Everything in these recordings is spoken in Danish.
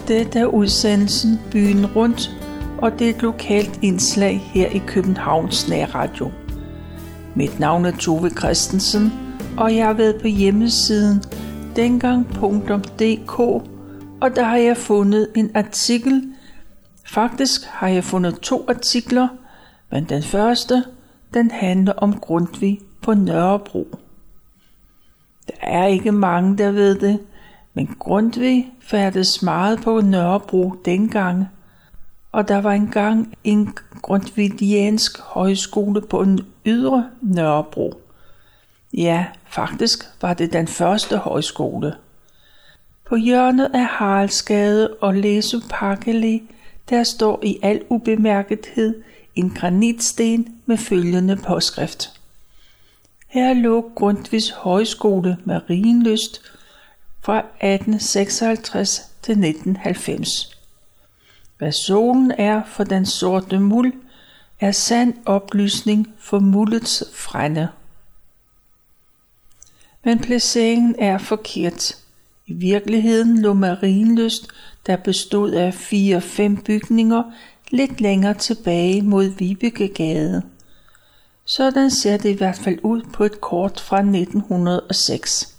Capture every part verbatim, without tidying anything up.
Dette er udsendelsen Byen Rundt, og det er et lokalt indslag her i Københavns Nærradio. Mit navn er Tove Christensen, og jeg har været på hjemmesiden dengang punktum d k, og der har jeg fundet en artikel. Faktisk har jeg fundet to artikler, men den første, den handler om Grundtvig på Nørrebro. Der er ikke mange, der ved det, men Grundtvig færdes meget på Nørrebro dengang, og der var engang en grundtvigiansk højskole på en ydre Nørrebro. Ja, faktisk var det den første højskole. På hjørnet af Haraldsgade og Læsø Parkallé, der står i al ubemærkethed en granitsten med følgende påskrift. Her lå Grundtvigs højskole Marienlyst fra atten seksoghalvtreds til nitten halvfems. Hvad solen er for den sorte muld, er sand oplysning for muldets frænde. Men placeringen er forkert. I virkeligheden lå Marienlyst, der bestod af fire-fem bygninger, lidt længere tilbage mod Vibekegade. Sådan ser det i hvert fald ud på et kort fra nitten hundrede og seks.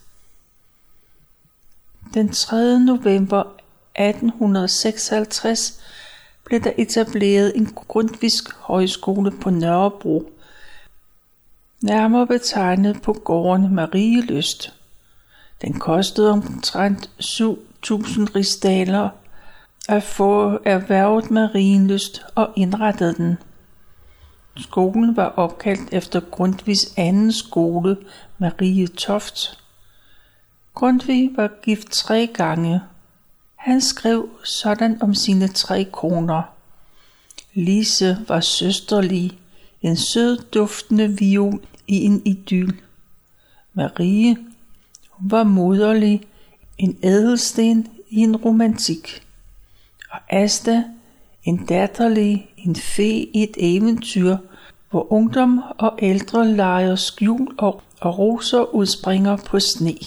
Den tredje november atten seksoghalvtreds blev der etableret en grundtvigsk højskole på Nørrebro, nærmere betegnet på gården Marielyst. Den kostede omtrent syv tusind rigsdaler at få erhvervet Marienlyst og indrettede den. Skolen var opkaldt efter Grundtvigs anden skole, Marie Toft. Grundtvig var gift tre gange. Han skrev sådan om sine tre koner. Lise var søsterlig, en sød duftende viol i en idyl. Marie, hun var moderlig, en ædelsten i en romantik. Og Asta, en datterlig, en fe i et eventyr, hvor ungdom og ældre leger skjul og, og roser udspringer på sne.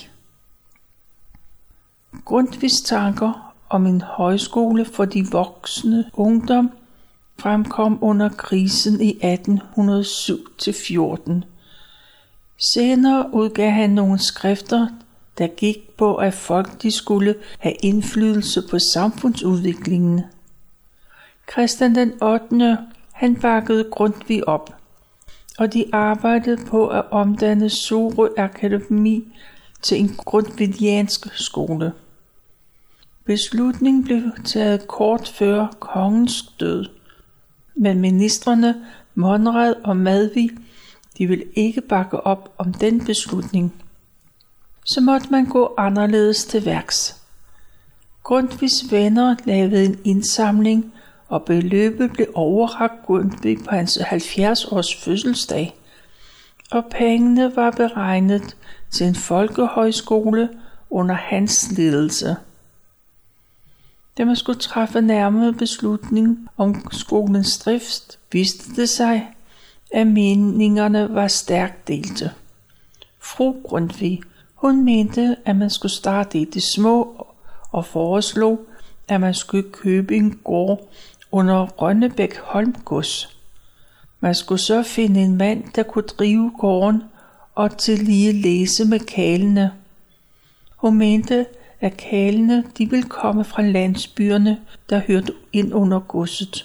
Grundtvigs tanker om en højskole for de voksne ungdom fremkom under krisen i atten hundrede syv til fjorten. Senere udgav han nogle skrifter, der gik på, at folk de skulle have indflydelse på samfundsudviklingen. Christian den ottende han bakkede Grundtvig op, og de arbejdede på at omdanne Sorø Akademi til en grundtvigiansk skole. Beslutningen blev taget kort før kongens død, men ministrene Monrad og Madvig, de ville ikke bakke op om den beslutning. Så måtte man gå anderledes til værks. Grundtvigs venner lavede en indsamling, og beløbet blev overrakt Grundtvig på hans halvfjerds års fødselsdag, og pengene var beregnet til en folkehøjskole under hans ledelse. Da man skulle træffe nærmere beslutning om skolens drift, viste det sig, at meningerne var stærkt delte. Fru Grundtvig, hun mente, at man skulle starte i det små og foreslog, at man skulle købe en gård under Rønnebæk Holmgods. Man skulle så finde en mand, der kunne drive gården og tillige læse med kalene. Hun mente, at kalene de ville komme fra landsbyerne, der hørte ind under godset.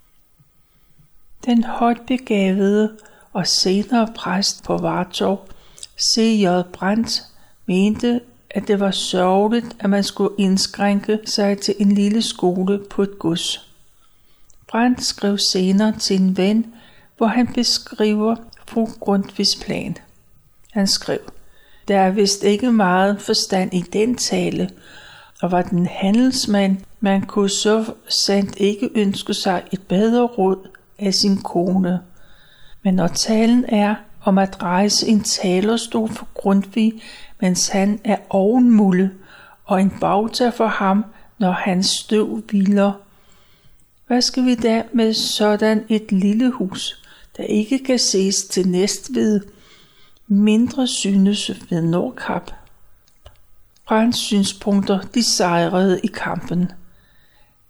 Den højt begavede og senere præst på Vartov, C J Brandt, mente, at det var sørgeligt, at man skulle indskrænke sig til en lille skole på et gods. Brandt skrev senere til en ven, hvor han beskriver fru Grundtvigs plan. Han skrev, der er vist ikke meget forstand i den tale, og var den handelsmand, man kunne så sandt ikke ønske sig et bedre råd af sin kone. Men når talen er om at rejse en talerstol for Grundtvig, mens han er ovenmulde, og en bagtag for ham, når hans støv hviler. Hvad skal vi da med sådan et lille hus, der ikke kan ses til Næstved, mindre synes ved Nordkap? Brandts synspunkter de sejrede i kampen.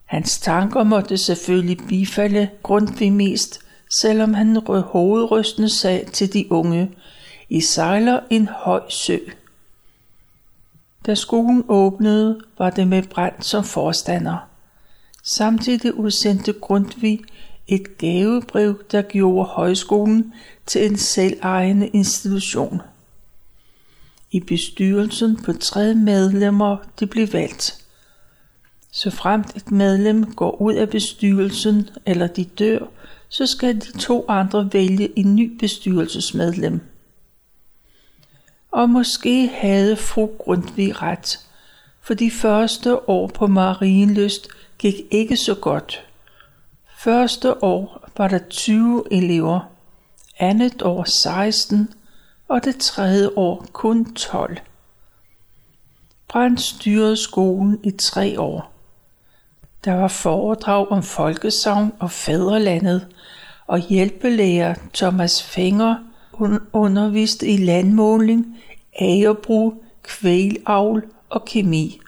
Hans tanker måtte selvfølgelig bifalde Grundtvig mest, selvom han hovedrystende sagde til de unge: I sejler en høj sø. Da skolen åbnede, var det med Brandt som forstander. Samtidig udsendte Grundtvig et gavebrev, der gjorde højskolen til en selvejende institution. I bestyrelsen på tre medlemmer de blev valgt. Så fremt et medlem går ud af bestyrelsen eller de dør, så skal de to andre vælge en ny bestyrelsesmedlem. Og måske havde fru Grundtvig ret, for de første år på Marienlyst gik ikke så godt. Første år var der tyve elever, andet år seksten, og det tredje år kun tolv. Brandt styrede skolen i tre år. Der var foredrag om folkesagn og fædrelandet, og hjælpelærer Thomas Fenger underviste i landmåling, agerbrug, kvægavl og kemi.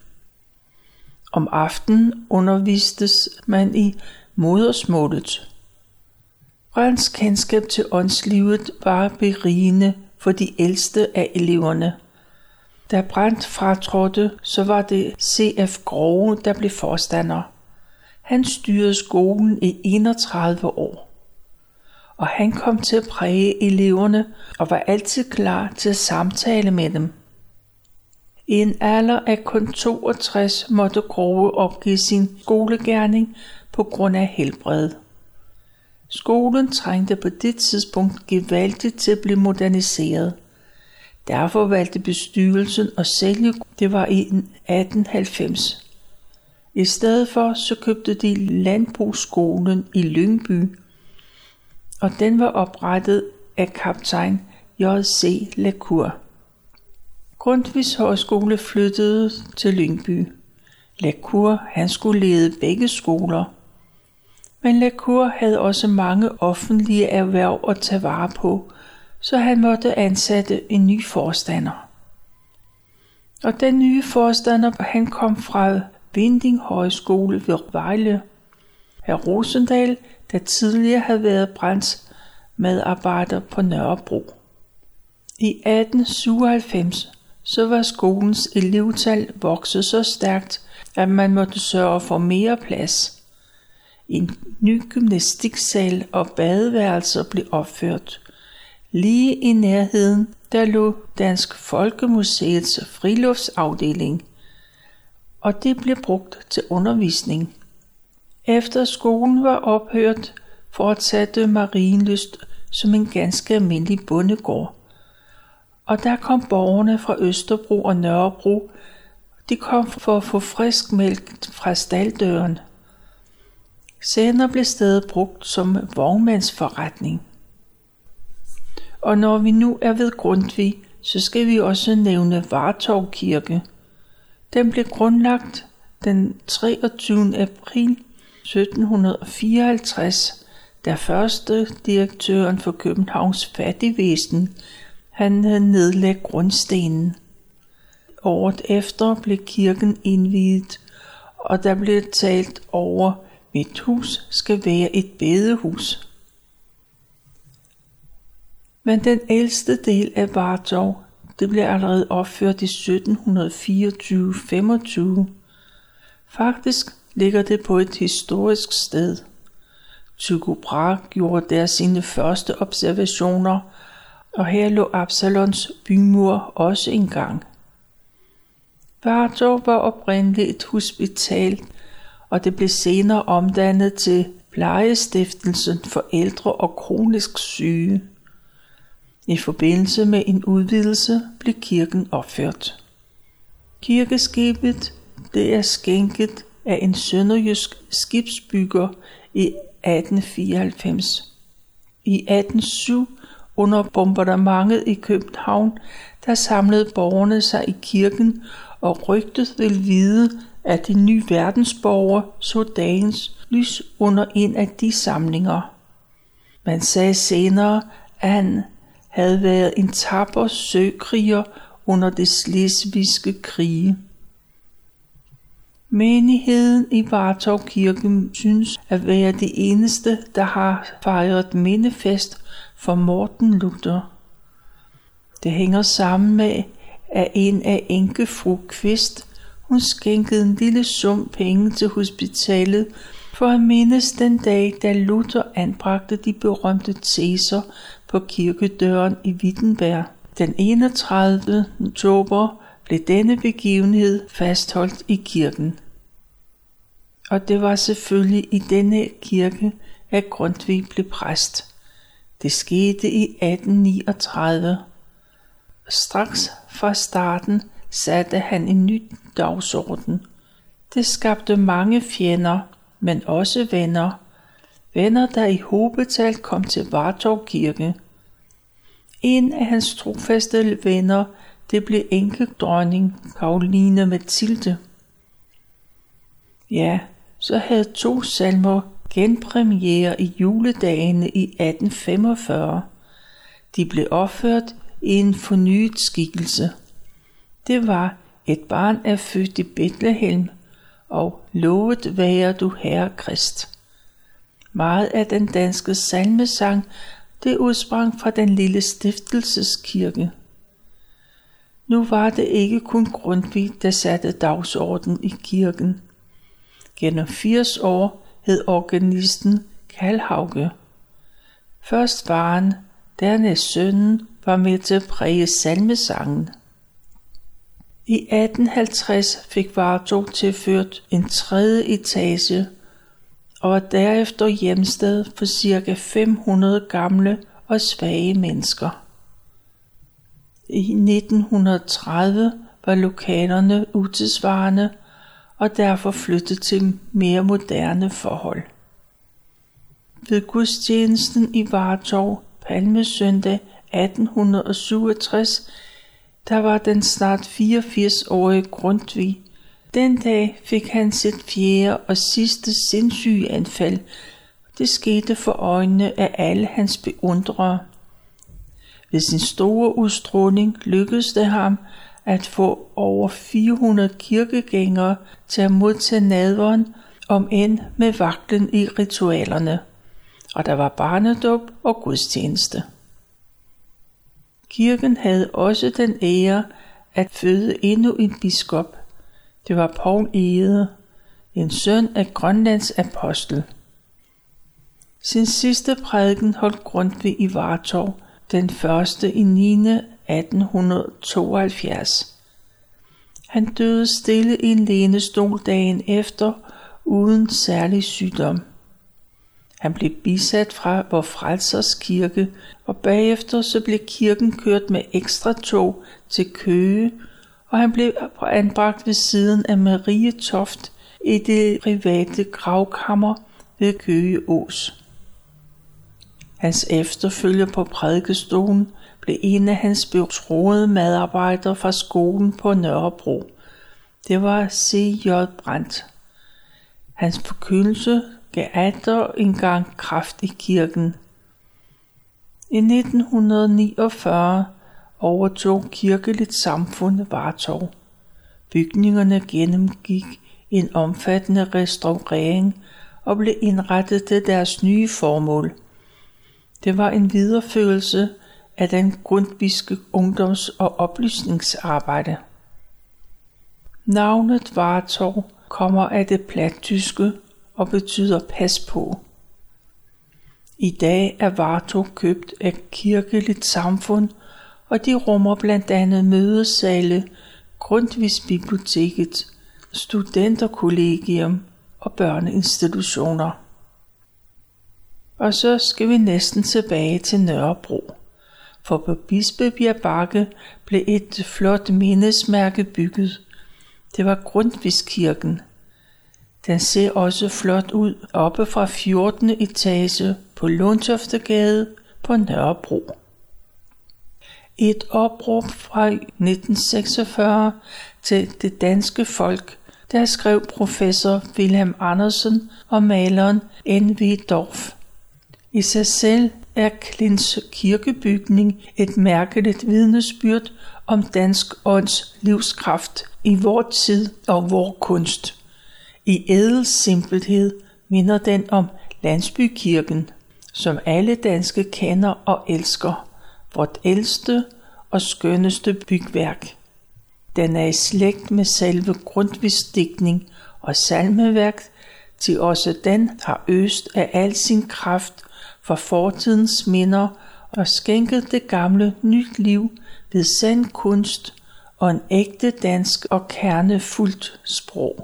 Om aftenen undervistes man i modersmålet. Brandts kendskab til åndslivet var berigende for de ældste af eleverne. Da Brandt fratrådte, så var det C F Grove, der blev forstander. Han styrede skolen i enogtredive år, og han kom til at præge eleverne og var altid klar til at samtale med dem. I en alder af kun toogtres måtte Grove opgive sin skolegerning på grund af helbred. Skolen trængte på det tidspunkt gevaldigt til at blive moderniseret. Derfor valgte bestyrelsen at sælge. Det var i atten halvfems. I stedet for så købte de landbrugsskolen i Lyngby, og den var oprettet af kaptajn J C La Cour. Grundtvigs højskole flyttede til Lyngby. La Cour, han skulle lede begge skoler. Men La Cour havde også mange offentlige erhverv at tage vare på, så han måtte ansætte en ny forstander. Og den nye forstander, han kom fra Vinding Højskole ved Vejle. Hr. Rosendal, der tidligere havde været Brandts medarbejder på Nørrebro. I atten syvoghalvfems så var skolens elevtal vokset så stærkt, at man måtte sørge for mere plads. En ny gymnastiksal og badeværelser blev opført. Lige i nærheden, der lå Dansk Folkemuseets friluftsafdeling, og det blev brugt til undervisning. Efter skolen var ophørt, fortsatte Marienlyst som en ganske almindelig bondegård. Og der kom borgerne fra Østerbro og Nørrebro. De kom for at få frisk mælk fra stalddøren. Senere blev stedet brugt som vognmandsforretning. Og når vi nu er ved Grundtvig, så skal vi også nævne Vartov Kirke. Den blev grundlagt den treogtyvende april sytten fireoghalvtreds, da første direktøren for Københavns fattigvæsen han havde nedlagt grundstenen. Året efter blev kirken indviet, og der blev talt over, at mit hus skal være et bedehus. Men den ældste del af Vartov, det blev allerede opført i sytten fireogtyve til femogtyve. Faktisk ligger det på et historisk sted. Tycho Brahe gjorde der sine første observationer, og her lå Absalons bymur også engang. Vartov var oprindeligt et hospital, og det blev senere omdannet til Plejestiftelsen for ældre og kronisk syge. I forbindelse med en udvidelse blev kirken opført. Kirkeskibet det er skænket af en sønderjysk skibsbygger i atten fireoghalvfems. I atten hundrede og syv, under bombardementet i København, der samlede borgerne sig i kirken, og rygtet vil vide, at de nye verdensborgere så dagens lys under en af de samlinger. Man sagde senere, at han havde været en tapper søkriger under det slesvigske krige. Menigheden i Vartov Kirke synes at være de eneste, der har fejret mindefest for Morten Luther. Det hænger sammen med, at en af enkefru Kvist, hun skænkede en lille sum penge til hospitalet for at mindes den dag, da Luther anbragte de berømte teser på kirkedøren i Wittenberg. Den enogtredivte oktober blev denne begivenhed fastholdt i kirken. Og det var selvfølgelig i denne kirke, at Grundtvig blev præst. Det skete i atten niogtredive. Straks fra starten satte han en ny dagsorden. Det skabte mange fjender, men også venner. Venner, der i hobetal kom til Vartov Kirke. En af hans trofaste venner, det blev enkedronning Caroline Mathilde. Ja, så havde to salmer genpremiere i juledagene i atten femogfyrre. De blev opført i en fornyet skikkelse. Det var Et barn er født i Bethlehem, og lovet være du Herre Krist. Meget af den danske salmesang, det udsprang fra den lille stiftelseskirke. Nu var det ikke kun Grundtvig, der satte dagsorden i kirken. Gennem firs år hed organisten Carl Hauge. Først faren, dernæst sønnen, var med til at præge salmesangen. I atten halvtreds fik Vartov tilført en tredje etage, og var derefter hjemsted for ca. fem hundrede gamle og svage mennesker. I nitten tredive var lokalerne utidssvarende og derfor flyttet til mere moderne forhold. Ved gudstjenesten i Vartov Palmesøndag atten syvogtres, der var den snart fireogfirs-årige Grundtvig. Den dag fik han sit fjerde og sidste sindssyge anfald. Det skete for øjnene af alle hans beundrere. Ved sin store udstråling lykkedes det ham at få over fire hundrede kirkegængere til at modtage nadveren, om end med vaklen i ritualerne. Og der var barnedåb og gudstjeneste. Kirken havde også den ære at føde endnu en biskop. Det var Poul Egede, en søn af Grønlands apostel. Sin sidste prædiken holdt Grundtvig i Vartov den første i niende atten tooghalvfjerds. Han døde stille i en lænestol dagen efter, uden særlig sygdom. Han blev bisat fra Vor Frelsers Kirke, og bagefter så blev kirken kørt med ekstra tog til Køge, og han blev anbragt ved siden af Marie Toft i det private gravkammer ved Køge Ås. Hans efterfølger på prædikestolen blev en af hans betroede medarbejdere fra skolen på Nørrebro. Det var C J Brandt. Hans forkyndelse gav atter engang kraft i kirken. I nitten niogfyrre overtog Kirkeligt Samfund Vartov. Bygningerne gennemgik en omfattende restaurering og blev indrettet til deres nye formål. Det var en videreførelse af den grundtvigske ungdoms- og oplysningsarbejde. Navnet Vartov kommer af det plattyske og betyder pas på. I dag er Vartov købt af Kirkeligt Samfund, og de rummer blandt andet mødesale, Grundtvigsbiblioteket, studenterkollegium og børneinstitutioner. Og så skal vi næsten tilbage til Nørrebro, for på Bispebjerg Bakke blev et flot mindesmærke bygget. Det var Grundtvigskirken. Den ser også flot ud oppe fra fjortende etage på Lundtoftegade på Nørrebro. Et opråb fra nitten seksogfyrre til det danske folk, der skrev professor Wilhelm Andersen og maleren N V Dorf. I sig selv er Klins kirkebygning et mærkeligt vidnesbyrd om dansk ånds livskraft i vor tid og vor kunst. I ædel simpelhed minder den om landsbykirken, som alle danske kender og elsker, vort ældste og skønneste bygværk. Den er i slægt med selve Grundtvigs digtning og salmeværk, til også den har øst af al sin kraft for fortidens minder og skænket det gamle nyt liv ved sand kunst og en ægte dansk og kernefuldt sprog.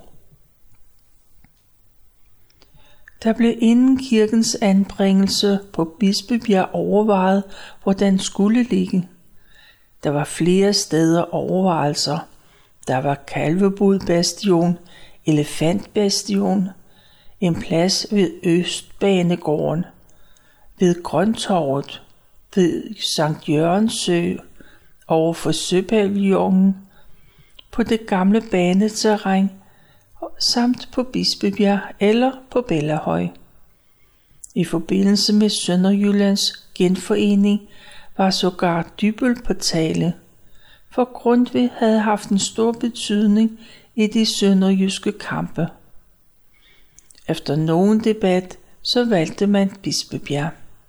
Der blev inden kirkens anbringelse på Bispebjerg overvejet, hvor den skulle ligge. Der var flere steder overvejelser. Der var Kalvebod-bastion, Elefant-bastion, en plads ved Østbanegården, ved Grøntorvet, ved Sankt Jørgens Sø, over for Søpavillonen, på det gamle baneterræn, samt på Bispebjerg eller på Bellahøj. I forbindelse med Sønderjyllands genforening var sågar Dybbøl på tale, for Grundtvig havde haft en stor betydning i de sønderjyske kampe. Efter nogen debat, så valgte man Bispebjerg.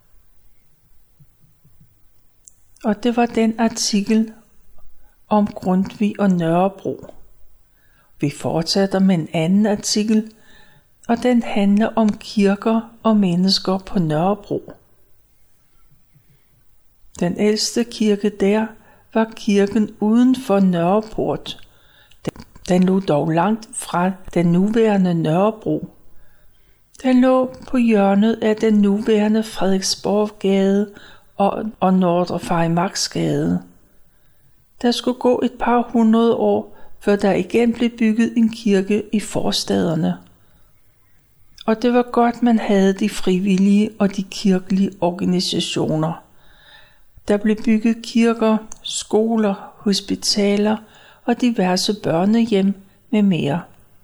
Og det var den artikel om Grundtvig og Nørrebro. Vi fortsætter med en anden artikel, og den handler om kirker og mennesker på Nørrebro. Den ældste kirke der var kirken uden for Nørreport. Den lå dog langt fra den nuværende Nørrebro. Den lå på hjørnet af den nuværende Frederiksborggade og, og Nordre Farimagsgade. Der skulle gå et par hundrede år, før der igen blev bygget en kirke i forstaderne. Og det var godt, man havde de frivillige og de kirkelige organisationer. Der blev bygget kirker, skoler, hospitaler og diverse børnehjem med mere.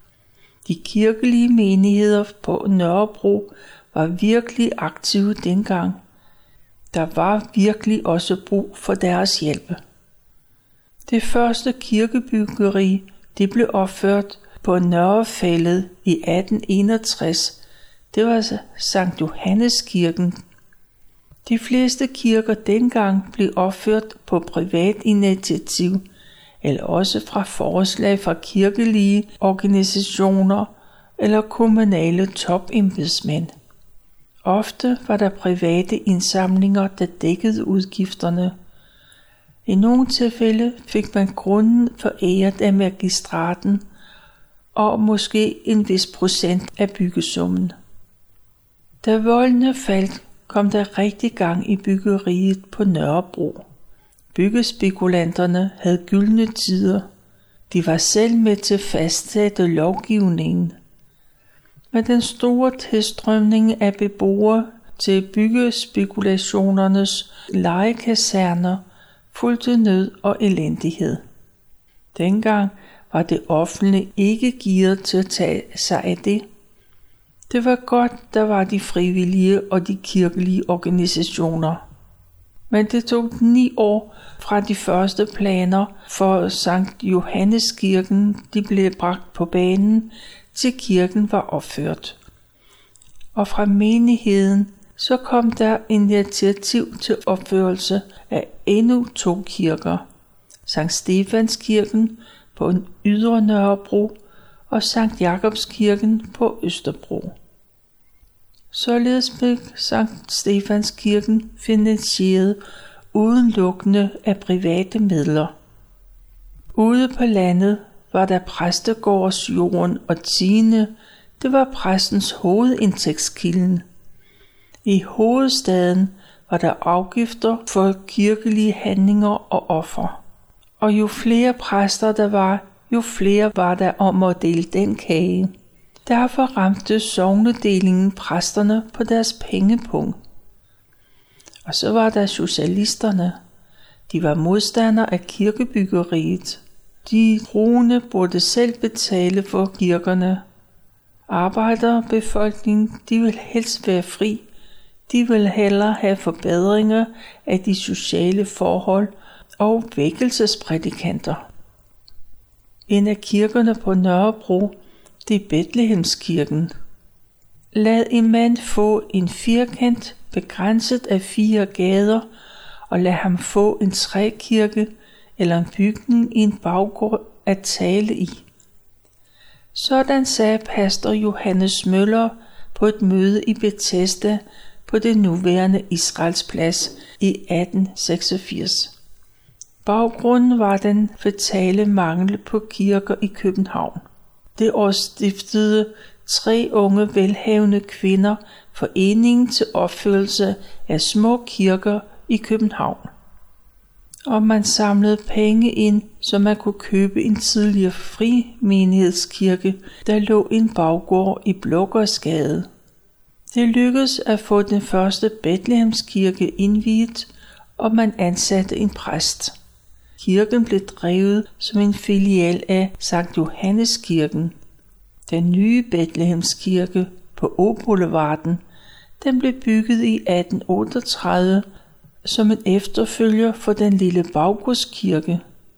De kirkelige menigheder på Nørrebro var virkelig aktive dengang. Der var virkelig også brug for deres hjælp. Det første kirkebyggeri, det blev opført på Nørrefællet i atten enogtres. Det var Sankt Johanneskirken. De fleste kirker dengang blev opført på privat initiativ, eller også fra forslag fra kirkelige organisationer eller kommunale topembedsmænd. Ofte var der private indsamlinger, der dækkede udgifterne. I nogle tilfælde fik man grunden foræret af magistraten og måske en vis procent af byggesummen. Da voldene faldt, kom der rigtig gang i byggeriet på Nørrebro. Byggespekulanterne havde gyldne tider. De var selv med til at fastsætte lovgivningen. Med den store tilstrømning af beboere til byggespekulationernes legekaserner fulgte nød og elendighed. Dengang var det offentlige ikke gearet til at tage sig af det. Det var godt, der var de frivillige og de kirkelige organisationer. Men det tog ni år fra de første planer for Sankt Johanneskirken, de blev bragt på banen, til kirken var opført. Og fra menigheden så kom der initiativ til opførelse af endnu to kirker. Sankt Stefanskirken på en ydre Nørrebro og Sankt Jakobskirken på Østerbro. Således blev Sankt Stefanskirken finansieret udelukkende af private midler. Ude på landet var der præstegårdsjorden og tiende, det var præstens hovedindtægtskilden. I hovedstaden var der afgifter for kirkelige handlinger og offer. Og jo flere præster der var, jo flere var der om at dele den kage. Derfor ramte sognedelingen præsterne på deres pengepunkt. Og så var der socialisterne. De var modstandere af kirkebyggeriet. De troende burde selv betale for kirkerne. Arbejderbefolkningen, de vil helst være fri. De vil hellere have forbedringer af de sociale forhold og vækkelsesprædikanter. En af kirkerne på Nørrebro, Det er Betlehemskirken. Lad en mand få en firkant begrænset af fire gader, og lad ham få en trækirke eller en bygning i en baggård at tale i. Sådan sagde pastor Johannes Møller på et møde i Bethesda på det nuværende Israels Plads i atten seksogfirs. Baggrunden var den fatale mangel på kirker i København. Det år stiftede tre unge velhavende kvinder foreningen til opførelse af små kirker i København. Og man samlede penge ind, så man kunne købe en tidligere fri menighedskirke, der lå i en baggård i Blågårdsgade. Det lykkedes at få den første Betlehemskirke indviet, og man ansatte en præst. Kirken blev drevet som en filial af Sankt Johanneskirken. Den nye Betlehemskirke på Åboulevarden, den blev bygget i atten otteogtredive som en efterfølger for den lille Baggårdskirke.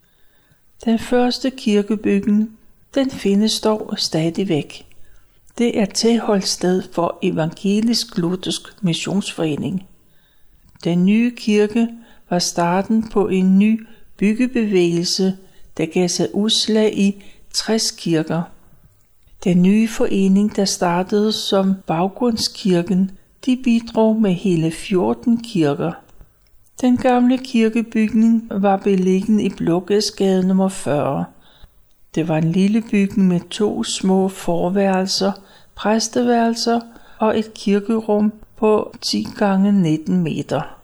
Den første kirkebygning, den findes dog stadigvæk. Det er tilholdssted for Evangelisk Luthersk Missionsforening. Den nye kirke var starten på en ny byggebevægelse, der gav sig udslag i tres kirker. Den nye forening, der startede som Baggårdskirken, de bidrog med hele fjorten kirker. Den gamle kirkebygning var beliggende i Blågårdsgade nummer fyrre. Det var en lille bygning med to små forværelser, præsteværelser og et kirkerum på ti gange nitten meter.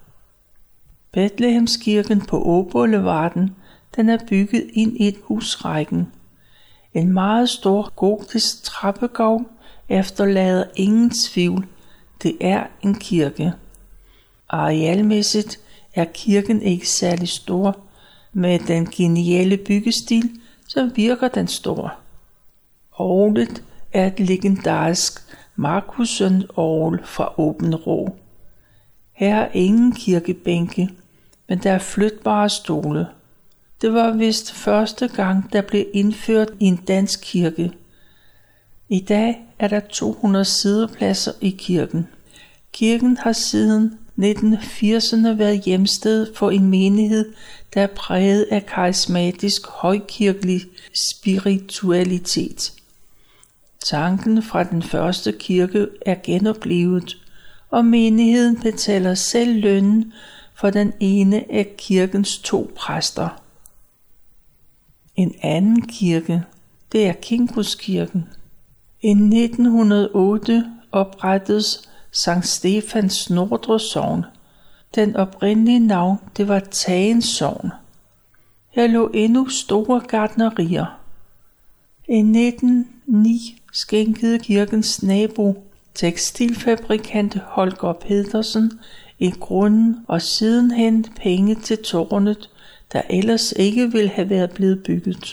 Betlehemskirken på Åboulevarden, den er bygget ind i et husrækken. En meget stor gotisk trappegavl efterlader ingen tvivl. Det er en kirke. Arealmæssigt er kirken ikke særlig stor. Med den geniale byggestil, så virker den stor. Orglet er et legendarisk Markussen-orgel fra Åbenrå. Her er ingen kirkebænke, men der er flytbare stole. Det var vist første gang, der blev indført i en dansk kirke. I dag er der to hundrede siddepladser i kirken. Kirken har siden nitten firserne været hjemsted for en menighed, der er præget af karismatisk højkirkelig spiritualitet. Tanken fra den første kirke er genoplevet, og menigheden betaler selv lønnen for den ene af kirkens to præster. En anden kirke, det er Kinkoskirken. I nitten hundrede og otte oprettedes Sankt Stefans Nordre Sogn. Den oprindelige navn, det var Tagen Sogn. Her lå endnu store gartnerier. I nitten hundrede og ni skænkede kirkens nabo, tekstilfabrikant Holger Pedersen, i grunden og sidenhen penge til tårnet, der ellers ikke ville have været blevet bygget.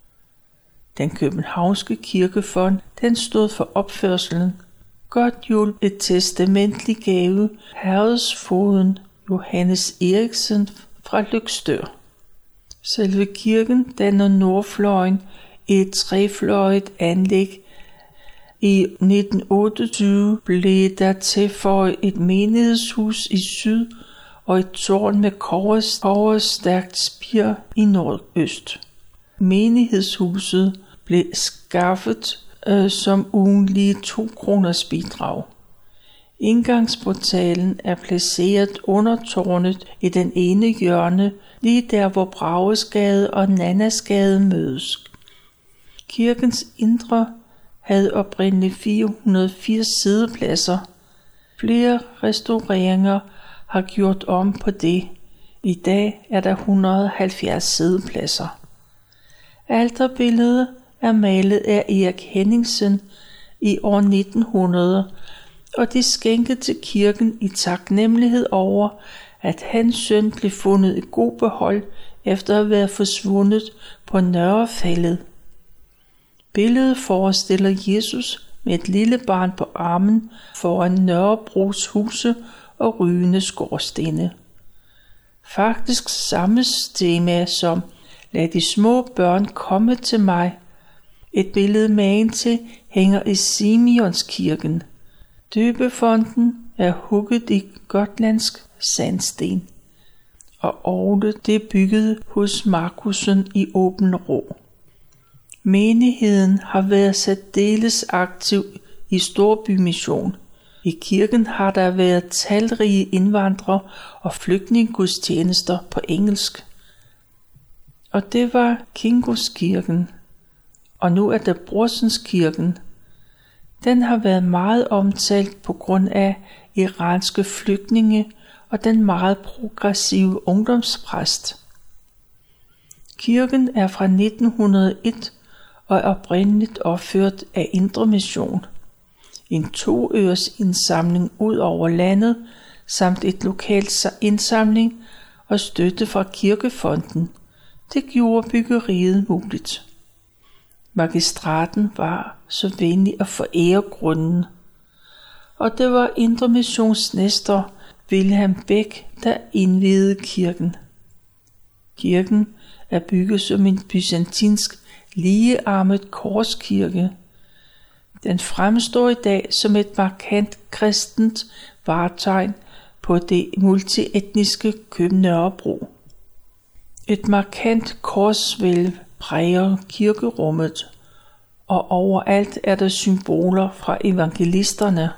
Den københavnske kirkefond, den stod for opførselen. Godt hjulp et testamentlig gave herredsfogeden Johannes Eriksen fra Løgstør. Selve kirken danner nordfløjen i et trefløjet anlæg. I nitten otteogtyve blev der tilføjet et menighedshus i syd og et tårn med kobberstærkt spir i nordøst. Menighedshuset blev skaffet øh, som ugentlige to kroners bidrag. Indgangsportalen er placeret under tårnet i den ene hjørne, lige der hvor Bragesgade og Nannasgade mødes. Kirkens indre havde oprindeligt fire hundrede og firs siddepladser. Flere restaureringer har gjort om på det. I dag er der et hundrede og halvfjerds siddepladser. Alterbilledet er malet af Erik Henningsen i år nitten hundrede, og det skænket til kirken i taknemmelighed over, at hans søn blev fundet i god behold efter at have været forsvundet på Nørrefællet. Billedet forestiller Jesus med et lille barn på armen foran Nørrebros huse og rygende skorstene. Faktisk samme tema som "Lad de små børn komme til mig", Et billede magen til hænger i Simeonskirken. Døbefonten er hugget i gotlandsk sandsten, og orglet det er bygget hos Markussen i Åbenrå. Menigheden har været særdeles aktiv i Storbymission. I kirken har der været talrige indvandrere og flygtningegudstjenester på engelsk. Og det var Kingoskirken, og nu er der Brorsenskirken. Den har været meget omtalt på grund af iranske flygtninge og den meget progressive ungdomspræst. Kirken er fra nitten hundrede og en og er oprindeligt opført af Indre Mission. En toøres indsamling ud over landet, samt et lokalt indsamling og støtte fra Kirkefonden. Det gjorde byggeriet muligt. Magistraten var så venlig at forære grunden, og det var Indre Missions næster Wilhelm Beck, der indviede kirken. Kirken er bygget som en byzantinsk ligearmet korskirke. Den fremstår i dag som et markant kristent vartegn på det multietniske København Nørrebro. Et markant korsvælv præger kirkerummet, og overalt er der symboler fra evangelisterne.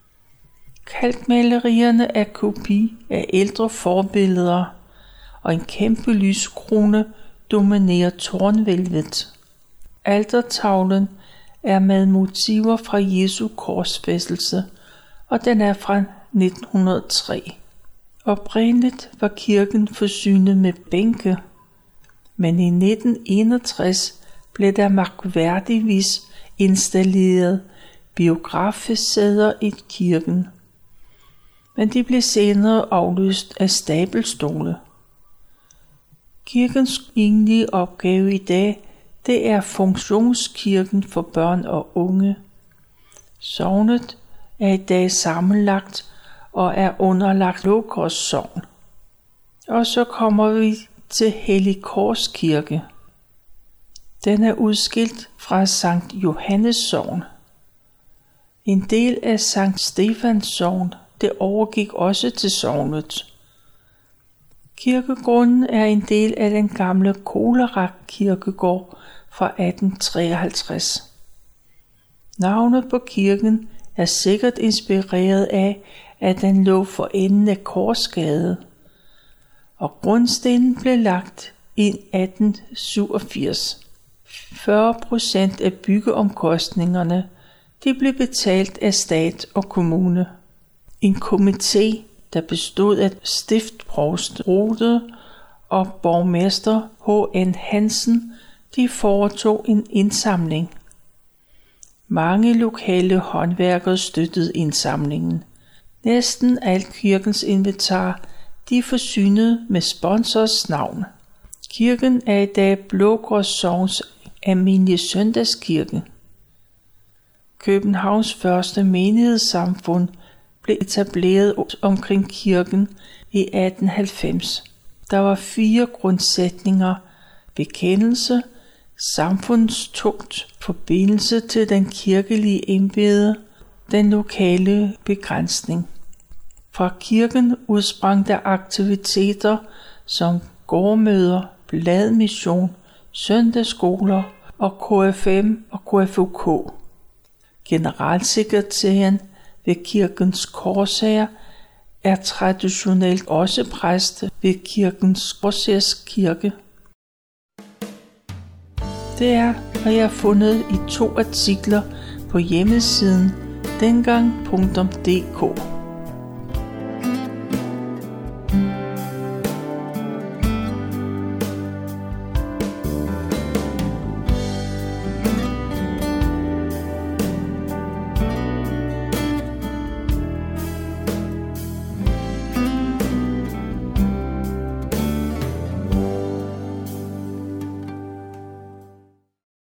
Kalkmalerierne er kopi af ældre forbilleder, og en kæmpe lyskrone dominerer tårnvælvet. Altertavlen er med motiver fra Jesu korsfæstelse, og den er fra nitten hundrede og tre. Oprindeligt var kirken forsynet med bænke, men i nitten enogtres blev der mærkværdigvis installeret biografiesæder i kirken, men de blev senere afløst af stabelstole. Kirkens egentlige opgave i dag, det er funktionskirken for børn og unge. Sognet er i dag sammenlagt og er underlagt Lågårds sogn. Og så kommer vi til Hellig Kors Kirke. Den er udskilt fra Sankt Johannes sogn. En del af Sankt Stefans sogn, det overgik også til sognet. Kirkegrunden er en del af den gamle Kolerak kirkegård fra atten treoghalvtreds. Navnet på kirken er sikkert inspireret af, at den lå for enden af Korsgade, og grundstenen blev lagt i atten syvogfirs. fyrre procent af byggeomkostningerne de blev betalt af stat og kommune. En komité, der bestod af stiftsprovst Rode og borgmester H N Hansen, de foretog en indsamling. Mange lokale håndværkere støttede indsamlingen. Næsten alt kirkens inventar, de er forsynet med sponsors navn. Kirken er i dag Blågårds sogns almindelige søndagskirke. Københavns første menighedssamfund blev etableret omkring kirken i atten halvfems. Der var fire grundsætninger: bekendelse, samfundstugt, forbindelse til den kirkelige embede, den lokale begrænsning. Fra kirken udsprang der aktiviteter som gårdmøder, bladmission, søndagsskoler og K F M og K F U K. Generalsekretæren ved Kirkens Korsager er traditionelt også præst ved Kirkens Korsagers Kirke. Det er, hvad jeg har fundet i to artikler på hjemmesiden dengang punktum d k.